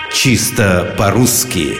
Чисто по-русски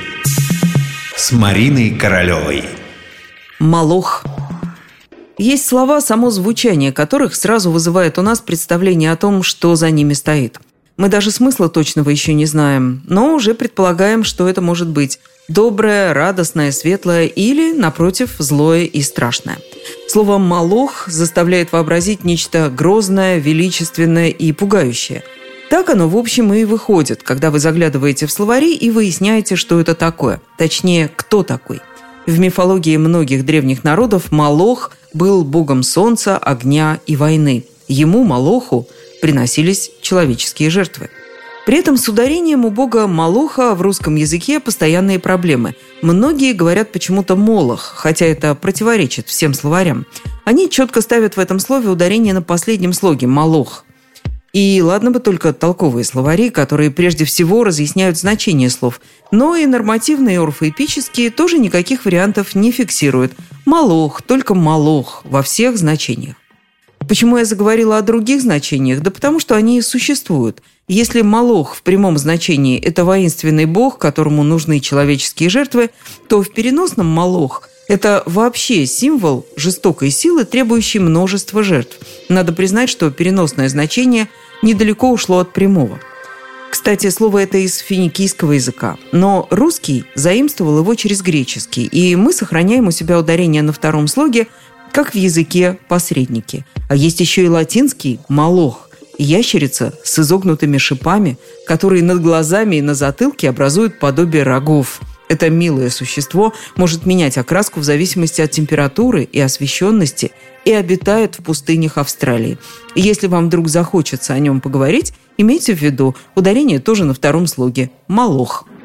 с Мариной Королевой. Молох. Есть слова, само звучание которых сразу вызывает у нас представление о том, что за ними стоит. Мы даже смысла точного еще не знаем, но уже предполагаем, что это может быть доброе, радостное, светлое или, напротив, злое и страшное. Слово «молох» заставляет вообразить нечто грозное, величественное и пугающее. Так оно, в общем, и выходит, когда вы заглядываете в словари и выясняете, что это такое. Точнее, кто такой. В мифологии многих древних народов Молох был богом солнца, огня и войны. Ему, Молоху, приносились человеческие жертвы. При этом с ударением у бога Молоха в русском языке постоянные проблемы. Многие говорят почему-то «молох», хотя это противоречит всем словарям. Они четко ставят в этом слове ударение на последнем слоге «молох». И ладно бы только толковые словари, которые прежде всего разъясняют значение слов, но и нормативные и орфоэпические тоже никаких вариантов не фиксируют. Молох, только молох во всех значениях. Почему я заговорила о других значениях? Да потому что они и существуют. Если молох в прямом значении – это воинственный бог, которому нужны человеческие жертвы, то в переносном молох – это вообще символ жестокой силы, требующей множества жертв. Надо признать, что переносное значение недалеко ушло от прямого. Кстати, слово это из финикийского языка, но русский заимствовал его через греческий, и мы сохраняем у себя ударение на втором слоге, как в языке посредники. А есть еще и латинский «молох» – ящерица с изогнутыми шипами, которые над глазами и на затылке образуют подобие рогов. Это милое существо может менять окраску в зависимости от температуры и освещенности и обитает в пустынях Австралии. И если вам вдруг захочется о нем поговорить, имейте в виду, ударение тоже на втором слоге – «молох».